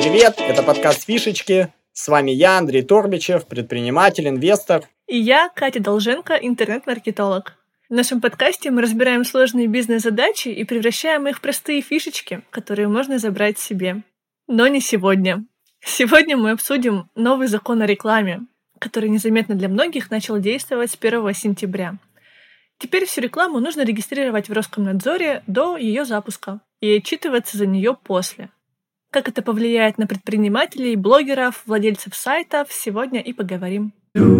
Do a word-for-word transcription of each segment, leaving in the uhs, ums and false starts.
Привет, это подкаст «Фишечки». С вами я, Андрей Торбичев, предприниматель, инвестор. И я, Катя Долженко, интернет-маркетолог. В нашем подкасте мы разбираем сложные бизнес-задачи и превращаем их в простые фишечки, которые можно забрать себе. Но не сегодня. Сегодня мы обсудим новый закон о рекламе, который незаметно для многих начал действовать с первого сентября. Теперь всю рекламу нужно регистрировать в Роскомнадзоре до ее запуска и отчитываться за нее после. Как это повлияет на предпринимателей, блогеров, владельцев сайтов, сегодня и поговорим.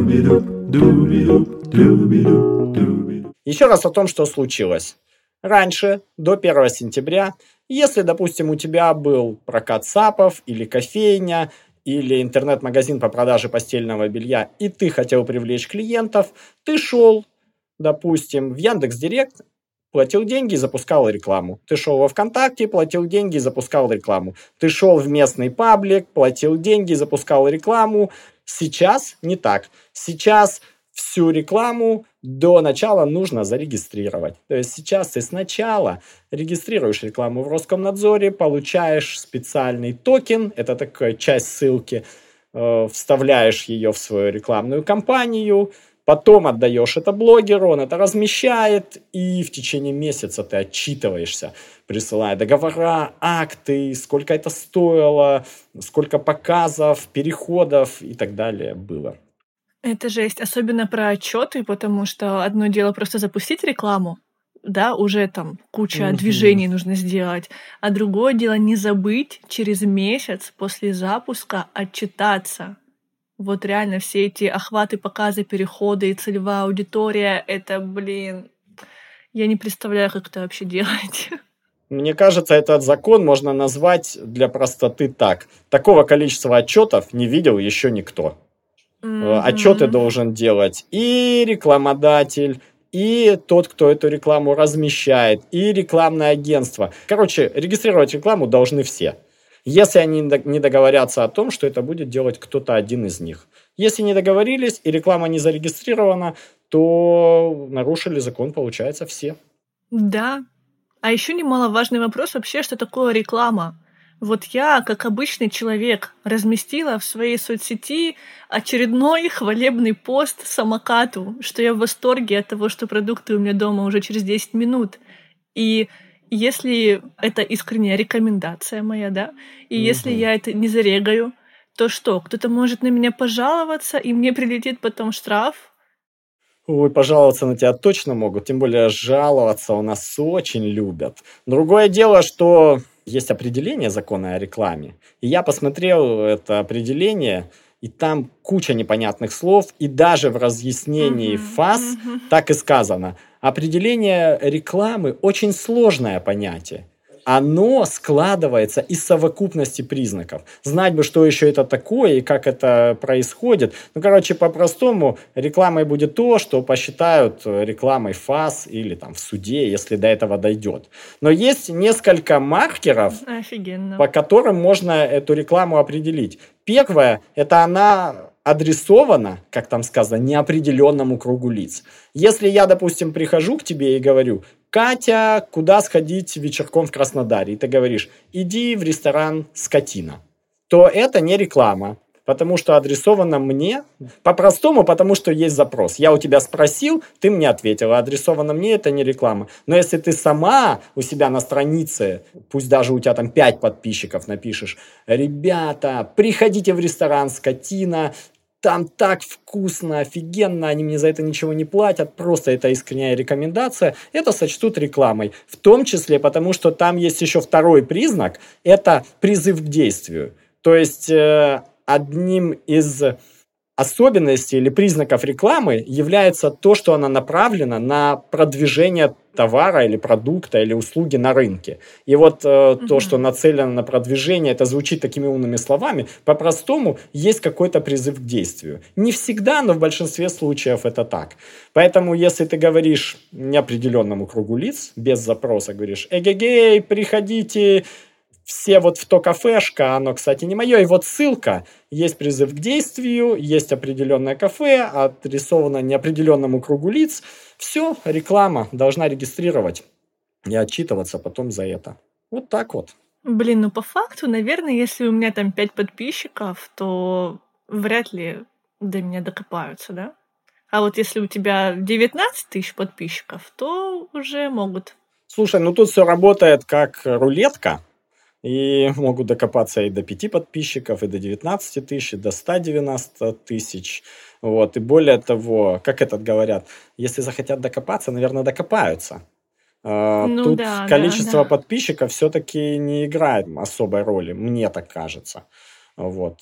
Еще раз о том, что случилось. Раньше, до первого сентября, если, допустим, у тебя был прокат САПов или кофейня, или интернет-магазин по продаже постельного белья, и ты хотел привлечь клиентов, ты шел, допустим, в Яндекс.Директ, платил деньги и запускал рекламу. Ты шел во ВКонтакте, платил деньги и запускал рекламу. Ты шел в местный паблик, платил деньги и запускал рекламу. Сейчас не так. Сейчас всю рекламу до начала нужно зарегистрировать. То есть сейчас ты сначала регистрируешь рекламу в Роскомнадзоре, получаешь специальный токен, это такая часть ссылки, э, вставляешь ее в свою рекламную кампанию, потом отдаешь это блогеру, он это размещает, и в течение месяца ты отчитываешься, присылая договора, акты, сколько это стоило, сколько показов, переходов и так далее было. Это жесть, особенно про отчеты, потому что одно дело просто запустить рекламу, да, уже там куча mm-hmm. движений нужно сделать, а другое дело не забыть через месяц после запуска отчитаться. Вот реально все эти охваты, показы, переходы и целевая аудитория, это, блин, я не представляю, как это вообще делать. Мне кажется, этот закон можно назвать для простоты так. Такого количества отчетов не видел еще никто. Mm-hmm. Отчеты должен делать и рекламодатель, и тот, кто эту рекламу размещает, и рекламное агентство. Короче, регистрировать рекламу должны все. Если они не договорятся о том, что это будет делать кто-то один из них. Если не договорились и реклама не зарегистрирована, то нарушили закон, получается, все. Да. А еще немаловажный вопрос вообще, что такое реклама. Вот я, как обычный человек, разместила в своей соцсети очередной хвалебный пост самокату, что я в восторге от того, что продукты у меня дома уже через десять минут. И если это искренняя рекомендация моя, да, и угу. если я это не зарегаю, то что, кто-то может на меня пожаловаться, и мне прилетит потом штраф? Ой, пожаловаться на тебя точно могут, тем более жаловаться у нас очень любят. Другое дело, что есть определение закона о рекламе, и я посмотрел это определение, и там куча непонятных слов, и даже в разъяснении uh-huh, ФАС uh-huh. так и сказано. Определение рекламы очень сложное понятие. Оно складывается из совокупности признаков. Знать бы, что еще это такое и как это происходит. Ну, короче, по-простому, рекламой будет то, что посчитают рекламой ФАС или там в суде, если до этого дойдет. Но есть несколько маркеров, Офигенно. по которым можно эту рекламу определить. Первое, это она адресована, как там сказано, неопределенному кругу лиц. Если я, допустим, прихожу к тебе и говорю: Катя, куда сходить вечерком в Краснодаре? И ты говоришь: иди в ресторан «Скотина», то это не реклама, потому что адресовано мне. По-простому, потому что есть запрос. Я у тебя спросил, ты мне ответила. Адресовано мне — это не реклама. Но если ты сама у себя на странице, пусть даже у тебя там пять подписчиков, напишешь: ребята, приходите в ресторан «Скотина», там так вкусно, офигенно, они мне за это ничего не платят, просто это искренняя рекомендация, это сочтут рекламой. В том числе потому, что там есть еще второй признак, это призыв к действию. То есть э, одним из особенностей или признаков рекламы является то, что она направлена на продвижение товара или продукта или услуги на рынке. И вот э, угу. то, что нацелено на продвижение, это звучит такими умными словами, по-простому есть какой-то призыв к действию. Не всегда, но в большинстве случаев это так. Поэтому, если ты говоришь неопределенному кругу лиц, без запроса, говоришь: эгегей, приходите все вот в то кафешко, оно, кстати, не мое, и вот ссылка, есть призыв к действию, есть определенное кафе, адресовано неопределенному кругу лиц, все, реклама должна регистрировать и отчитываться потом за это. Вот так вот. Блин, ну по факту, наверное, если у меня там пять подписчиков, то вряд ли до меня докопаются, да? А вот если у тебя девятнадцать тысяч подписчиков, то уже могут. Слушай, ну тут все работает как рулетка. И могут докопаться и до пяти подписчиков, и до девятнадцати тысяч, и до ста девяноста тысяч. Вот. И более того, как этот говорят, если захотят докопаться, наверное, докопаются. А, Ну Тут да, да, количество да. подписчиков все-таки не играет особой роли, мне так кажется. Вот.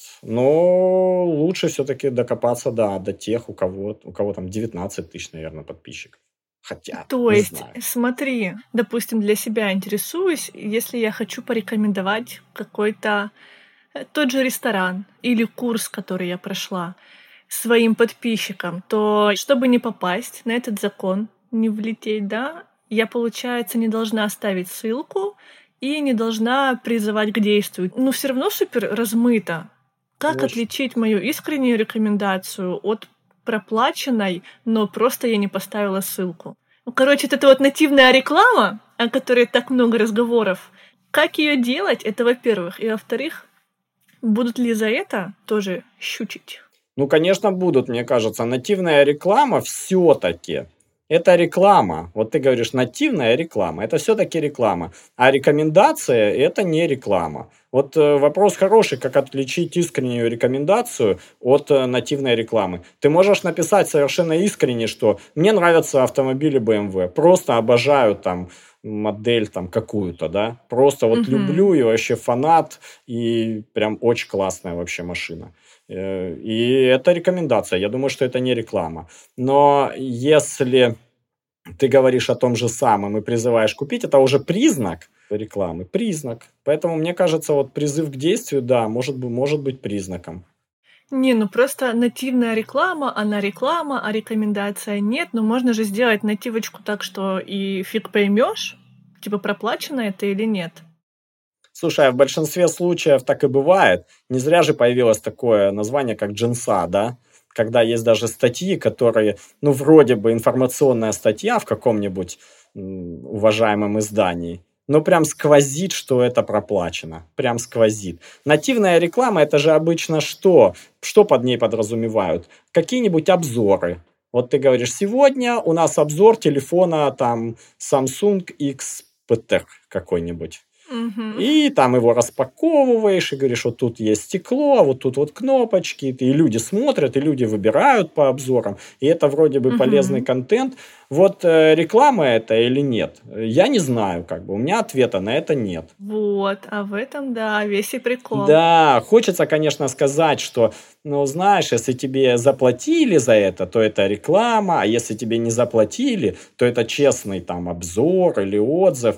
Но лучше все-таки докопаться, да, до тех, у кого, у кого там девятнадцать тысяч, наверное, подписчиков. Хотя, То не есть, знаю. смотри, допустим, для себя интересуюсь, если я хочу порекомендовать какой-то э, тот же ресторан или курс, который я прошла, своим подписчикам, то чтобы не попасть на этот закон, не влететь, да, я, получается, не должна ставить ссылку и не должна призывать к действию. Ну, все равно супер размыто. Как Очень. отличить мою искреннюю рекомендацию от проплаченной, но просто я не поставила ссылку? Ну, короче, это вот нативная реклама, о которой так много разговоров. Как ее делать, это во-первых. И во-вторых, будут ли за это тоже щучить? Ну, конечно, будут, мне кажется. Нативная реклама все-таки это реклама. Вот ты говоришь, нативная реклама. Это все-таки реклама. А рекомендация – это не реклама. Вот э, вопрос хороший, как отличить искреннюю рекомендацию от э, нативной рекламы. Ты можешь написать совершенно искренне, что мне нравятся автомобили бэ эм вэ. Просто обожаю там модель там какую-то, да. Просто вот Мгм. люблю и вообще фанат. И прям очень классная вообще машина. Э, И это рекомендация. Я думаю, что это не реклама. Но если ты говоришь о том же самом и призываешь купить, это уже признак рекламы. Признак. Поэтому, мне кажется, вот призыв к действию, да, может, быть- может быть признаком. Не, ну просто нативная реклама, она реклама, а рекомендация нет. Но можно же сделать нативочку так, что и фиг поймешь, типа проплачено это или нет. Слушай, а в большинстве случаев так и бывает. Не зря же появилось такое название, как джинса, да? Когда есть даже статьи, которые, ну, вроде бы информационная статья в каком-нибудь м, уважаемом издании, но прям сквозит, что это проплачено. Прям сквозит. Нативная реклама – это же обычно что? Что под ней подразумевают? Какие-нибудь обзоры. Вот ты говоришь, сегодня у нас обзор телефона там Samsung икс пи ти какой-нибудь. Мгм. И там его распаковываешь и говоришь, вот тут есть стекло, а вот тут вот кнопочки. И люди смотрят, и люди выбирают по обзорам. И это вроде бы полезный Мгм. контент. Вот э, реклама это или нет? Я не знаю, как бы. У меня ответа на это нет. Вот, а в этом, да, весь и прикол. Да, хочется, конечно, сказать, что, ну, знаешь, если тебе заплатили за это, то это реклама, а если тебе не заплатили, то это честный там обзор или отзыв.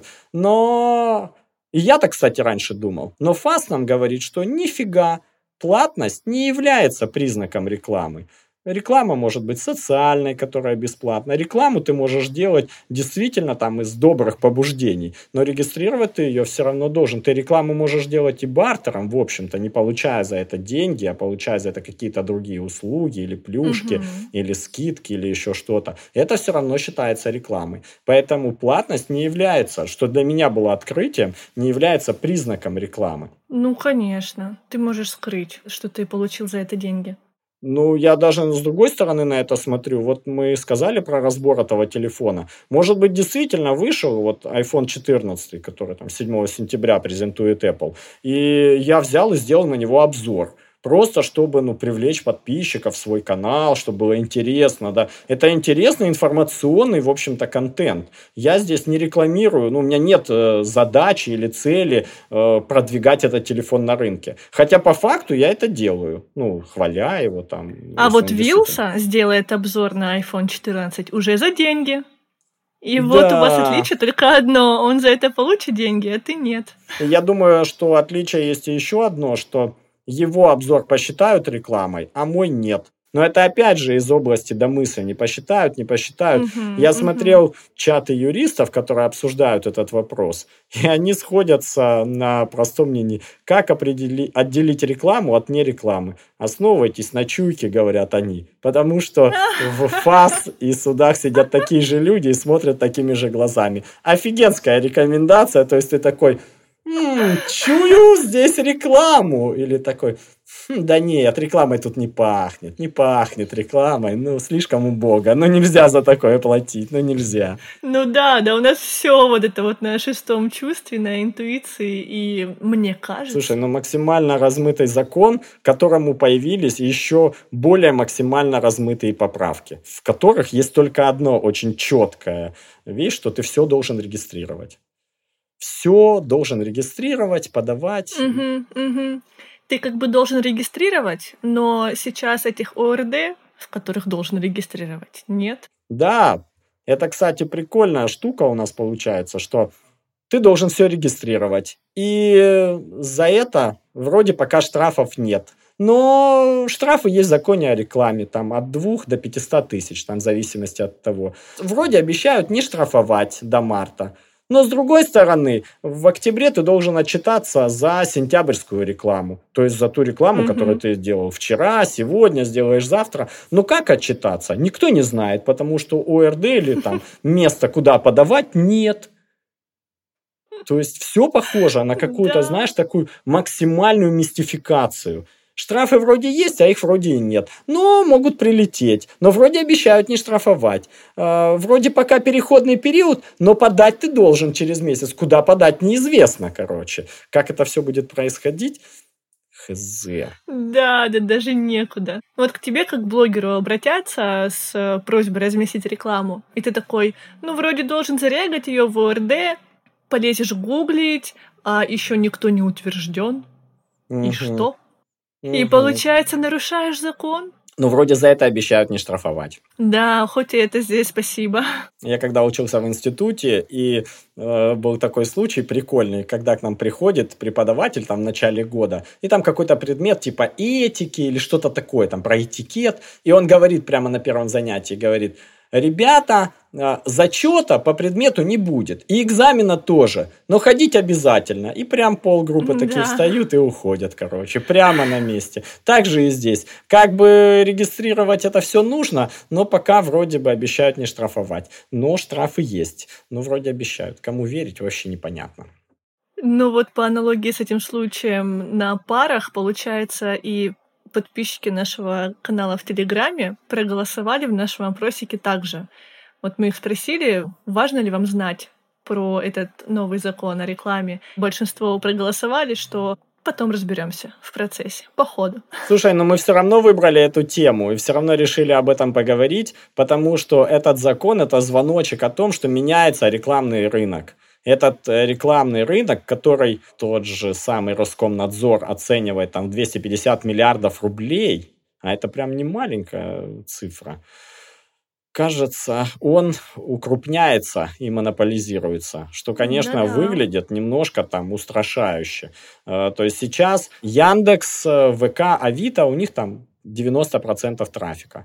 Но и я так, кстати, раньше думал. Но ФАС нам говорит, что нифига, платность не является признаком рекламы. Реклама может быть социальной, которая бесплатна. Рекламу ты можешь делать действительно там из добрых побуждений, но регистрировать ты ее все равно должен. Ты рекламу можешь делать и бартером, в общем-то, не получая за это деньги, а получая за это какие-то другие услуги или плюшки, Мгм. или скидки, или еще что-то. Это все равно считается рекламой. Поэтому платность не является, что для меня было открытием, не является признаком рекламы. Ну, конечно. Ты можешь скрыть, что ты получил за это деньги. Ну, я даже с другой стороны на это смотрю. Вот мы сказали про разбор этого телефона. Может быть, действительно вышел вот айфон четырнадцать, который там седьмого сентября презентует Apple. И я взял и сделал на него обзор. Просто чтобы, ну, привлечь подписчиков в свой канал, чтобы было интересно, да. Это интересный информационный, в общем-то, контент. Я здесь не рекламирую, ну, у меня нет э, задачи или цели э, продвигать этот телефон на рынке. Хотя по факту я это делаю, ну, хваля его там. А если вот он действительно- Вилса сделает обзор на айфон четырнадцать уже за деньги. И вот у вас Да. отличие только одно. Он за это получит деньги, а ты нет. Я думаю, что отличие есть и еще одно, что его обзор посчитают рекламой, а мой нет. Но это опять же из области домысла. Не посчитают, не посчитают. Мгм, Я мгм. смотрел чаты юристов, которые обсуждают этот вопрос, и они сходятся на простом мнении, как определи- отделить рекламу от нерекламы. Основывайтесь на чуйке, говорят они. Потому что в ФАС и судах сидят такие же люди и смотрят такими же глазами. Офигенская рекомендация. То есть ты такой... М, чую здесь рекламу. Или такой, «Хм, да нет, рекламой тут не пахнет, не пахнет рекламой, ну, слишком убого, ну, нельзя за такое платить, ну, нельзя». Ну да, да, у нас все вот это вот на шестом чувстве, на интуиции, и мне кажется... Слушай, ну максимально размытый закон, к которому появились еще более максимально размытые поправки, в которых есть только одно очень четкое, видишь, что ты все должен регистрировать. Все должен регистрировать, подавать. Угу, угу. Ты как бы должен регистрировать, но сейчас этих ОРД, в которых должен регистрировать, нет. Да, это, кстати, прикольная штука у нас получается, что ты должен все регистрировать. И за это вроде пока штрафов нет. Но штрафы есть в законе о рекламе, там от двух до пятисот тысяч, там в зависимости от того. Вроде обещают не штрафовать до марта. Но с другой стороны, в октябре ты должен отчитаться за сентябрьскую рекламу. То есть за ту рекламу, mm-hmm. которую ты делал вчера, сегодня, сделаешь завтра. Но как отчитаться? Никто не знает, потому что ОРД или там место, куда подавать, нет. То есть все похоже на какую-то, да. знаешь, такую максимальную мистификацию. Штрафы вроде есть, а их вроде и нет. Но могут прилететь. Но вроде обещают не штрафовать. Э, вроде пока переходный период, но подать ты должен через месяц. Куда подать, неизвестно, короче. Как это все будет происходить? Хз. Да, да, даже некуда. Вот к тебе, как блогеру, обратятся с просьбой разместить рекламу. И ты такой, ну, вроде должен зарегать ее в ОРД, полезешь гуглить, а еще никто не утвержден. Угу. И что? Угу. И получается, нарушаешь закон? Ну, вроде за это обещают не штрафовать. Да, хоть и это здесь спасибо. Я когда учился в институте, и э, был такой случай прикольный, когда к нам приходит преподаватель там в начале года, и там какой-то предмет типа этики или что-то такое, там про этикет, и он говорит прямо на первом занятии, говорит: ребята, зачета по предмету не будет. И экзамена тоже. Но ходить обязательно. И прям полгруппы такие да. встают и уходят, короче. Прямо на месте. Так же и здесь. Как бы регистрировать это все нужно, но пока вроде бы обещают не штрафовать. Но штрафы есть. Но вроде обещают. Кому верить, вообще непонятно. Ну вот по аналогии с этим случаем на парах, получается, и подписчики нашего канала в Телеграме проголосовали в нашем опросике также. Вот мы их спросили, важно ли вам знать про этот новый закон о рекламе. Большинство проголосовали, что потом разберемся в процессе, по ходу. Слушай, но мы все равно выбрали эту тему и все равно решили об этом поговорить, потому что этот закон – это звоночек о том, что меняется рекламный рынок. Этот рекламный рынок, который тот же самый Роскомнадзор оценивает там в двести пятьдесят миллиардов рублей, а это прям не маленькая цифра, кажется, он укрупняется и монополизируется, что, конечно, Да-да. выглядит немножко там устрашающе. То есть сейчас Яндекс, ВК, Авито, у них там девяносто процентов трафика.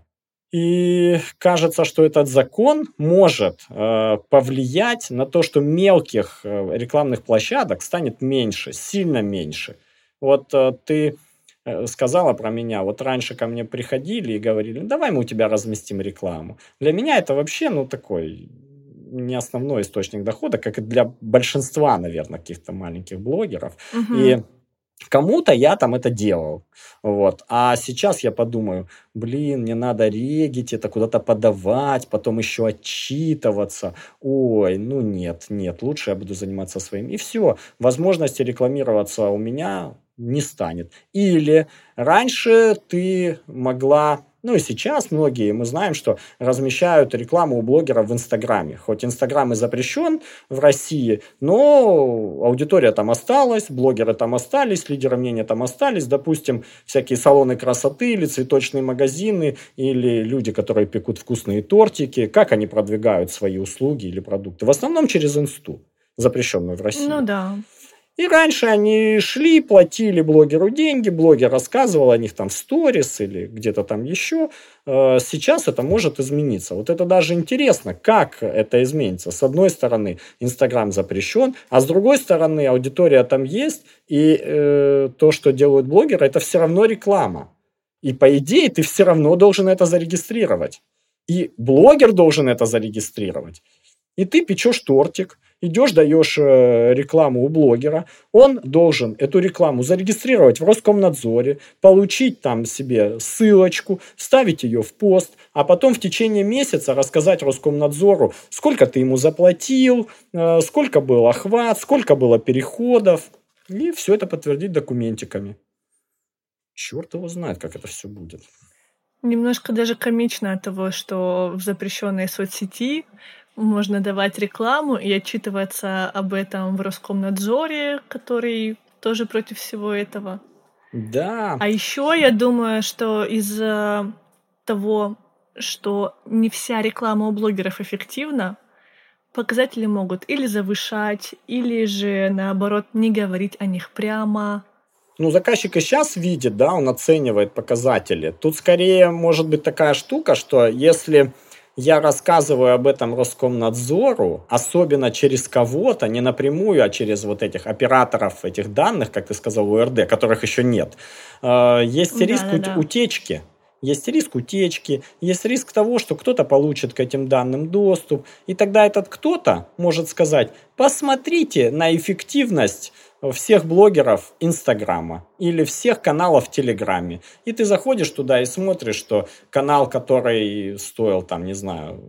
И кажется, что этот закон может э, повлиять на то, что мелких э, рекламных площадок станет меньше, сильно меньше. Вот э, ты э, сказала про меня, вот раньше ко мне приходили и говорили, давай мы у тебя разместим рекламу. Для меня это вообще, ну, такой не основной источник дохода, как и для большинства, наверное, каких-то маленьких блогеров. Угу. И кому-то я там это делал, вот. А сейчас я подумаю, блин, мне надо регить это, куда-то подавать, потом еще отчитываться. Ой, ну нет, нет, лучше я буду заниматься своим. И все, возможности рекламироваться у меня не станет. Или раньше ты могла... Ну и сейчас многие, мы знаем, что размещают рекламу у блогеров в Инстаграме. Хоть Инстаграм и запрещен в России, но аудитория там осталась, блогеры там остались, лидеры мнения там остались. Допустим, всякие салоны красоты или цветочные магазины, или люди, которые пекут вкусные тортики. Как они продвигают свои услуги или продукты? В основном через Инсту, запрещенную в России. Ну да. И раньше они шли, платили блогеру деньги, блогер рассказывал о них там в сторис или где-то там еще. Сейчас это может измениться. Вот это даже интересно, как это изменится. С одной стороны, Инстаграм запрещен, а с другой стороны, аудитория там есть, и э, то, что делают блогеры, это все равно реклама. И по идее ты все равно должен это зарегистрировать. И блогер должен это зарегистрировать. И ты печешь тортик, идешь, даешь э, рекламу у блогера, он должен эту рекламу зарегистрировать в Роскомнадзоре, получить там себе ссылочку, вставить ее в пост, а потом в течение месяца рассказать Роскомнадзору, сколько ты ему заплатил, э, сколько был охват, сколько было переходов, и все это подтвердить документиками. Черт его знает, как это все будет. Немножко даже комично от того, что в запрещенной соцсети можно давать рекламу и отчитываться об этом в Роскомнадзоре, который тоже против всего этого. Да. А еще я думаю, что из-за того, что не вся реклама у блогеров эффективна, показатели могут или завышать, или же, наоборот, не говорить о них прямо. Ну, заказчик и сейчас видит, да, он оценивает показатели. Тут скорее может быть такая штука, что если я рассказываю об этом Роскомнадзору, особенно через кого-то, не напрямую, а через вот этих операторов этих данных, как ты сказал, У Р Д, которых еще нет, есть риск Да-да-да. утечки. Есть риск утечки, есть риск того, что кто-то получит к этим данным доступ, и тогда этот кто-то может сказать: посмотрите на эффективность всех блогеров Инстаграма или всех каналов в Телеграме. И ты заходишь туда и смотришь, что канал, который стоил, там, не знаю,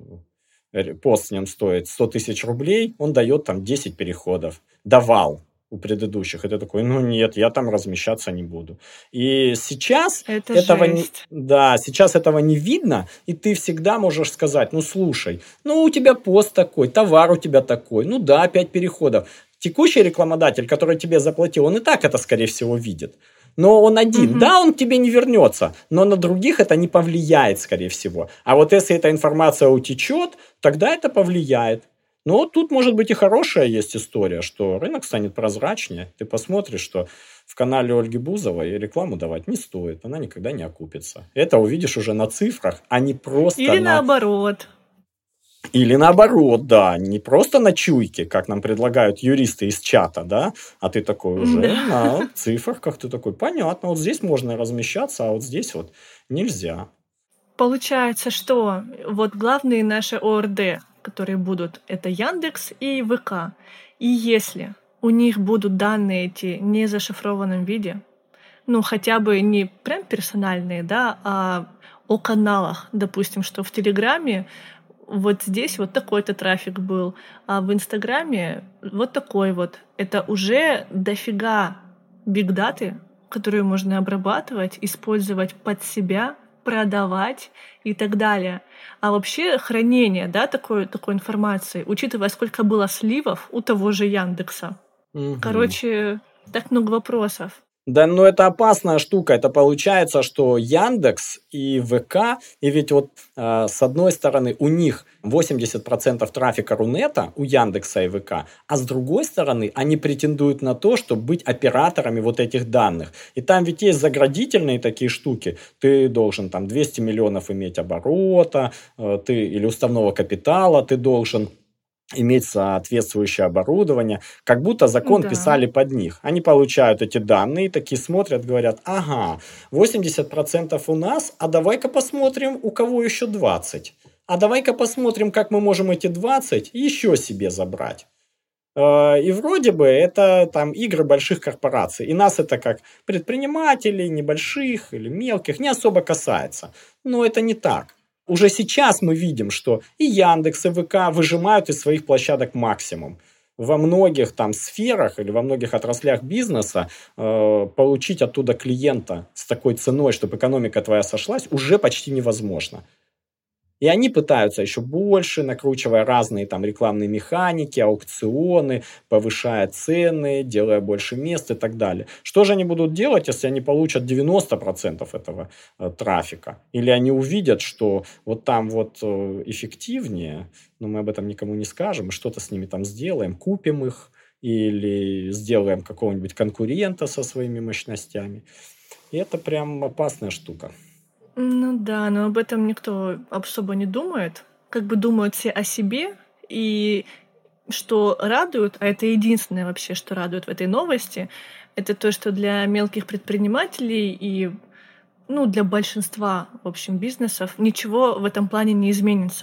пост с ним стоит сто тысяч рублей, он дает там десять переходов. Давал у предыдущих. И ты такой: ну нет, я там размещаться не буду. И сейчас Это этого не, жесть. да, сейчас этого не видно, и ты всегда можешь сказать: ну слушай, ну у тебя пост такой, товар у тебя такой, ну да, пять переходов. Текущий рекламодатель, который тебе заплатил, он и так это, скорее всего, видит. Но он один. Мгм. Да, он к тебе не вернется, но на других это не повлияет, скорее всего. А вот если эта информация утечет, тогда это повлияет. Но тут, может быть, и хорошая есть история, что рынок станет прозрачнее. Ты посмотришь, что в канале Ольги Бузовой рекламу давать не стоит. Она никогда не окупится. Это увидишь уже на цифрах, а не просто Или на... наоборот. Или наоборот, да, не просто на чуйке, как нам предлагают юристы из чата, да, а ты такой уже Да. на цифрах, как ты такой: понятно, вот здесь можно размещаться, а вот здесь вот нельзя. Получается, что вот главные наши О Р Д, которые будут, это Яндекс и вэ ка. И если у них будут данные эти не в зашифрованном виде, ну, хотя бы не прям персональные, да, а о каналах, допустим, что в Телеграме вот здесь вот такой-то трафик был, а в Инстаграме вот такой вот. Это уже дофига бигдаты, которые можно обрабатывать, использовать под себя, продавать и так далее. А вообще хранение, да, такой, такой информации, учитывая, сколько было сливов у того же Яндекса. Мгм. Короче, так много вопросов. Да, но это опасная штука. Это получается, что Яндекс и вэ ка, и ведь вот э, с одной стороны у них восемьдесят процентов трафика Рунета, у Яндекса и вэ ка, а с другой стороны они претендуют на то, чтобы быть операторами вот этих данных. И там ведь есть заградительные такие штуки. Ты должен там двести миллионов иметь оборота, э, ты или уставного капитала, ты должен иметь соответствующее оборудование, как будто закон Да. писали под них. Они получают эти данные, такие смотрят, говорят: ага, восемьдесят процентов у нас, а давай-ка посмотрим, у кого еще двадцать. А давай-ка посмотрим, как мы можем эти двадцать еще себе забрать. Э, И вроде бы это там игры больших корпораций. И нас это как предпринимателей, небольших или мелких, не особо касается. Но это не так. Уже сейчас мы видим, что и Яндекс, и вэ ка выжимают из своих площадок максимум. Во многих там сферах или во многих отраслях бизнеса э, получить оттуда клиента с такой ценой, чтобы экономика твоя сошлась, уже почти невозможно. И они пытаются еще больше, накручивая разные там рекламные механики, аукционы, повышая цены, делая больше мест и так далее. Что же они будут делать, если они получат девяносто процентов этого э, трафика? Или они увидят, что вот там вот э, эффективнее, но мы об этом никому не скажем, что-то с ними там сделаем, купим их или сделаем какого-нибудь конкурента со своими мощностями. И это прям опасная штука. Ну да, но об этом никто особо не думает. Как бы думают все о себе, и что радует, а это единственное вообще, что радует в этой новости, это то, что для мелких предпринимателей и ну, для большинства, в общем, бизнесов ничего в этом плане не изменится.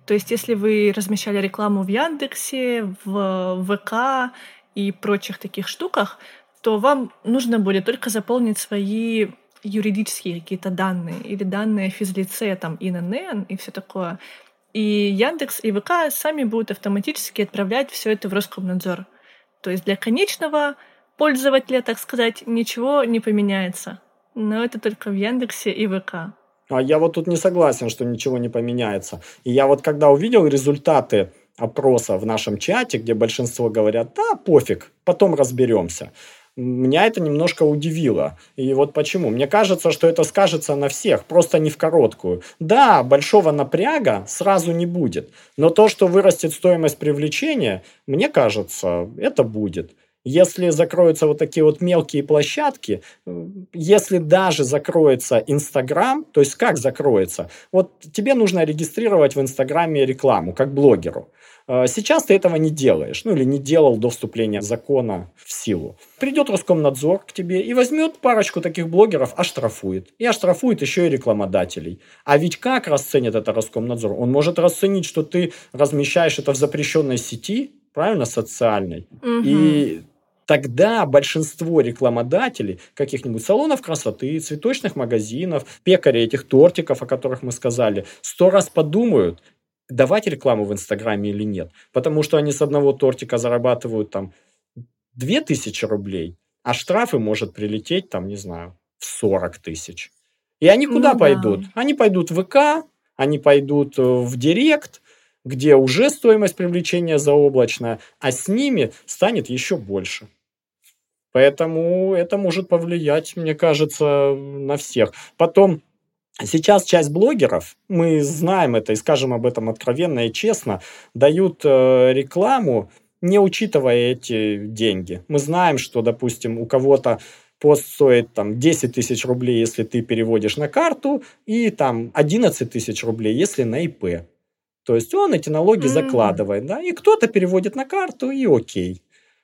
То есть, если вы размещали рекламу в Яндексе, в ВК и прочих таких штуках, то вам нужно будет только заполнить свои юридические какие-то данные или данные о физлице, там, ин эн эн и все такое. И Яндекс и ВК сами будут автоматически отправлять все это в Роскомнадзор. То есть для конечного пользователя, так сказать, ничего не поменяется. Но это только в Яндексе и ВК. А я вот тут не согласен, что ничего не поменяется. И я вот когда увидел результаты опроса в нашем чате, где большинство говорят, да, пофиг, потом разберемся. Меня это немножко удивило. И вот почему. Мне кажется, что это скажется на всех, просто не в короткую. Да, большого напряга сразу не будет. Но то, что вырастет стоимость привлечения, мне кажется, это будет. Если закроются вот такие вот мелкие площадки, если даже закроется Инстаграм, то есть как закроется? Вот тебе нужно регистрировать в Инстаграме рекламу, как блогеру. Сейчас ты этого не делаешь, ну или не делал до вступления закона в силу. Придет Роскомнадзор к тебе и возьмет парочку таких блогеров, оштрафует. И оштрафует еще и рекламодателей. А ведь как расценит это Роскомнадзор? Он может расценить, что ты размещаешь это в запрещенной сети, правильно, социальной. Угу. И тогда большинство рекламодателей каких-нибудь салонов красоты, цветочных магазинов, пекарей этих тортиков, о которых мы сказали, сто раз подумают, давать рекламу в Инстаграме или нет. Потому что они с одного тортика зарабатывают там две тысячи рублей, а штрафы может прилететь там, не знаю, в сорок тысяч. И они куда ну, пойдут? Да. Они пойдут в ВК, они пойдут в Директ, где уже стоимость привлечения заоблачная, а с ними станет еще больше. Поэтому это может повлиять, мне кажется, на всех. Потом, сейчас часть блогеров, мы знаем это и скажем об этом откровенно и честно, дают рекламу, не учитывая эти деньги. Мы знаем, что, допустим, у кого-то пост стоит там десять тысяч рублей, если ты переводишь на карту, и там одиннадцать тысяч рублей, если на ИП. То есть он эти налоги mm-hmm. закладывает, да, и кто-то переводит на карту, и окей.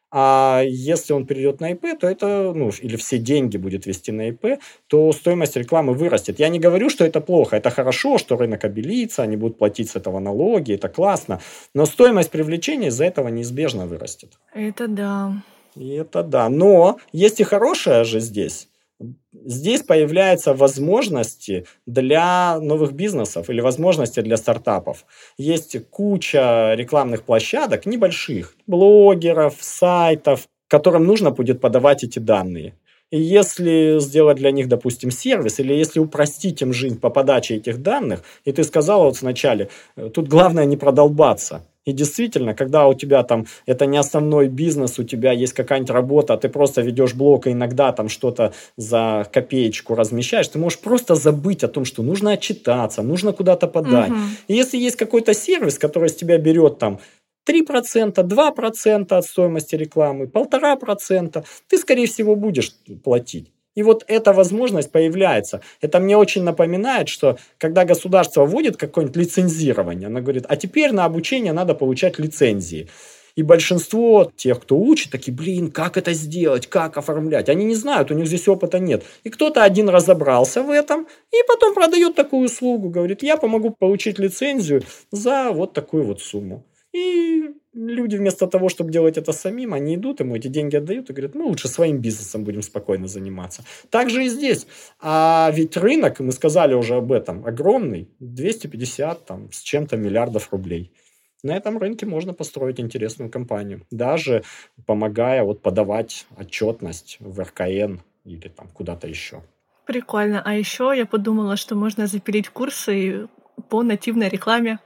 А если он перейдет на ИП, то это, ну, или все деньги будет вести на ИП, то стоимость рекламы вырастет. Я не говорю, что это плохо, это хорошо, что рынок обелится, они будут платить с этого налоги, это классно, но стоимость привлечения из-за этого неизбежно вырастет. Это да. И это да, но есть и хорошее же здесь. Здесь появляются возможности для новых бизнесов или возможности для стартапов. Есть куча рекламных площадок, небольших, блогеров, сайтов, которым нужно будет подавать эти данные. И если сделать для них, допустим, сервис, или если упростить им жизнь по подаче этих данных, и ты сказала вот вначале, тут главное не продолбаться. И действительно, когда у тебя там, это не основной бизнес, у тебя есть какая-нибудь работа, ты просто ведешь блог, и иногда там что-то за копеечку размещаешь, ты можешь просто забыть о том, что нужно отчитаться, нужно куда-то подать. Угу. И если есть какой-то сервис, который с тебя берет там три процента, два процента от стоимости рекламы, полтора процента, ты, скорее всего, будешь платить. И вот эта возможность появляется. Это мне очень напоминает, что когда государство вводит какое-нибудь лицензирование, оно говорит, а теперь на обучение надо получать лицензии. И большинство тех, кто учит, такие, блин, как это сделать, как оформлять? Они не знают, у них здесь опыта нет. И кто-то один разобрался в этом, и потом продает такую услугу, говорит, я помогу получить лицензию за вот такую вот сумму. И люди вместо того, чтобы делать это самим, они идут, ему эти деньги отдают и говорят, мы лучше своим бизнесом будем спокойно заниматься. Так же и здесь. А ведь рынок, мы сказали уже об этом, огромный, двести пятьдесят там, с чем-то миллиардов рублей. На этом рынке можно построить интересную компанию, даже помогая вот подавать отчетность в эр ка эн или там куда-то еще. Прикольно. А еще я подумала, что можно запилить курсы по нативной рекламе.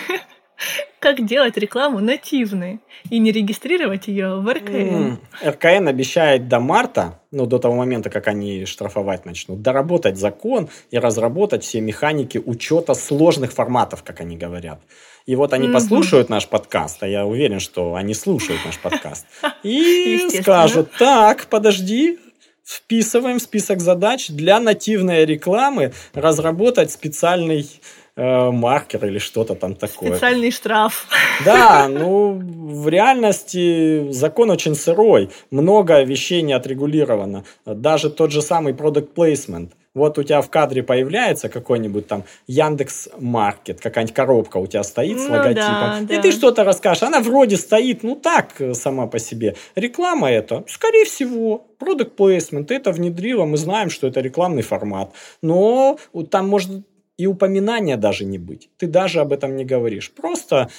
Как делать рекламу нативной и не регистрировать ее в эр ка эн. эр ка эн обещает до марта, ну, до того момента, как они штрафовать начнут, доработать закон и разработать все механики учета сложных форматов, как они говорят. И вот они mm-hmm. послушают наш подкаст, а я уверен, что они слушают наш подкаст, и скажут, так, подожди, вписываем в список задач для нативной рекламы разработать специальный маркер или что-то там такое. Специальный штраф. Да, ну, в реальности закон очень сырой. Много вещей не отрегулировано. Даже тот же самый product placement. Вот у тебя в кадре появляется какой-нибудь там Яндекс.Маркет, какая-нибудь коробка у тебя стоит с Ну логотипом, да, и да. ты что-то расскажешь. Она вроде стоит, ну так, э, сама по себе. Реклама это, скорее всего, product placement, это внедрило, мы знаем, что это рекламный формат. Но вот там может и упоминания даже не быть. Ты даже об этом не говоришь. Просто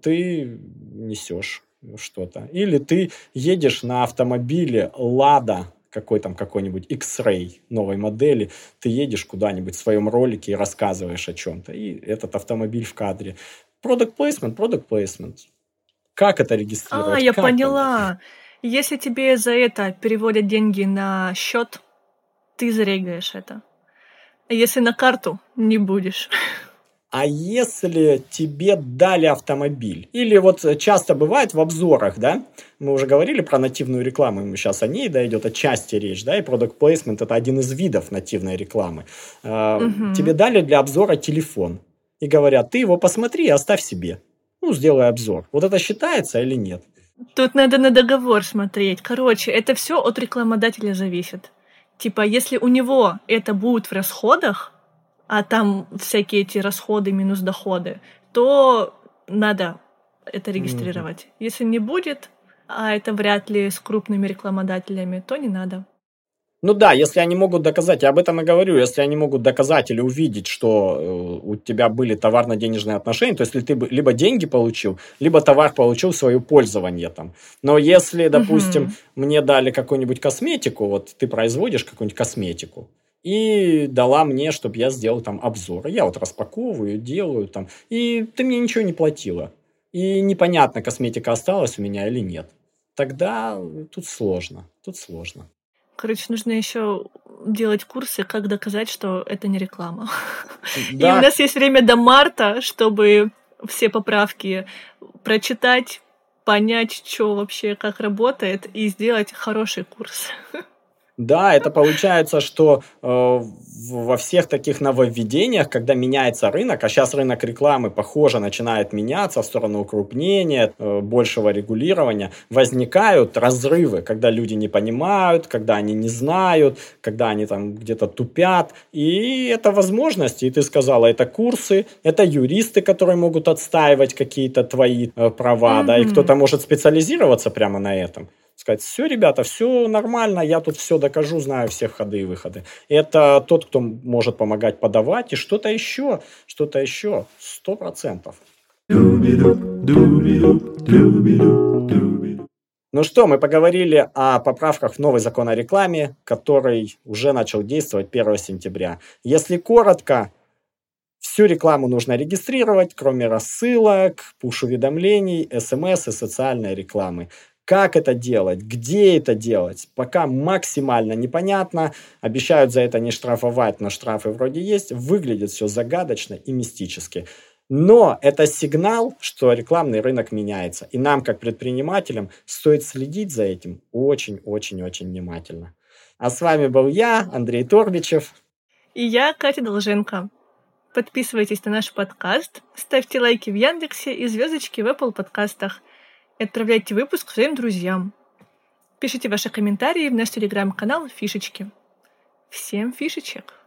ты несешь что-то. Или ты едешь на автомобиле Lada, какой там какой-нибудь X-Ray новой модели, ты едешь куда-нибудь в своем ролике и рассказываешь о чем-то. И этот автомобиль в кадре. Product placement, product placement. Как это А, регистрировать? я Как понять? поняла. Если тебе за это переводят деньги на счет, ты зарегаешь это. А если на карту, не будешь. А если тебе дали автомобиль? Или вот часто бывает в обзорах, да? Мы уже говорили про нативную рекламу, мы сейчас о ней, да, идет отчасти речь, да, и product placement – это один из видов нативной рекламы. А, Мгм. Тебе дали для обзора телефон и говорят, ты его посмотри и оставь себе. Ну, сделай обзор. Вот это считается или нет? Тут надо на договор смотреть. Короче, это все от рекламодателя зависит. Типа, если у него это будет в расходах, а там всякие эти расходы минус доходы, то надо это Мгм. регистрировать. Если не будет, а это вряд ли с крупными рекламодателями, то не надо. Ну да, если они могут доказать, я об этом и говорю, если они могут доказать или увидеть, что э, у тебя были товарно-денежные отношения, то есть если ты бы либо деньги получил, либо товар получил в свое пользование там. Но если, допустим, Мгм. мне дали какую-нибудь косметику, вот ты производишь какую-нибудь косметику, и дала мне, чтобы я сделал там обзор. Я вот распаковываю, делаю там, и ты мне ничего не платила. И непонятно, косметика осталась у меня или нет. Тогда тут сложно, тут сложно. Короче, нужно еще делать курсы, как доказать, что это не реклама. И у Да, нас есть время до марта, чтобы все поправки прочитать, понять, что вообще, как работает, и сделать хороший курс. Да, это получается, что э, в- во всех таких нововведениях, когда меняется рынок, а сейчас рынок рекламы, похоже, начинает меняться в сторону укрупнения, э, большего регулирования, возникают разрывы, когда люди не понимают, когда они не знают, когда они там где-то тупят. И это возможности, и ты сказала, это курсы, это юристы, которые могут отстаивать какие-то твои э, права, да, и Мгм. кто-то может специализироваться прямо на этом. Сказать, все, ребята, все нормально, я тут все докажу, знаю все входы и выходы. Это тот, кто может помогать подавать, и что-то еще, что-то еще, сто процентов. Ну что, мы поговорили о поправках в новый закон о рекламе, который уже начал действовать первого сентября. Если коротко, всю рекламу нужно регистрировать, кроме рассылок, пуш-уведомлений, смс и социальной рекламы. Как это делать? Где это делать? Пока максимально непонятно. Обещают за это не штрафовать, но штрафы вроде есть. Выглядит все загадочно и мистически. Но это сигнал, что рекламный рынок меняется. И нам, как предпринимателям, стоит следить за этим очень-очень-очень внимательно. А с вами был я, Андрей Торбичев. И я, Катя Долженко. Подписывайтесь на наш подкаст, ставьте лайки в Яндексе и звездочки в Apple подкастах. И отправляйте выпуск своим друзьям. Пишите ваши комментарии в наш телеграм-канал «Фишечки». Всем фишечек!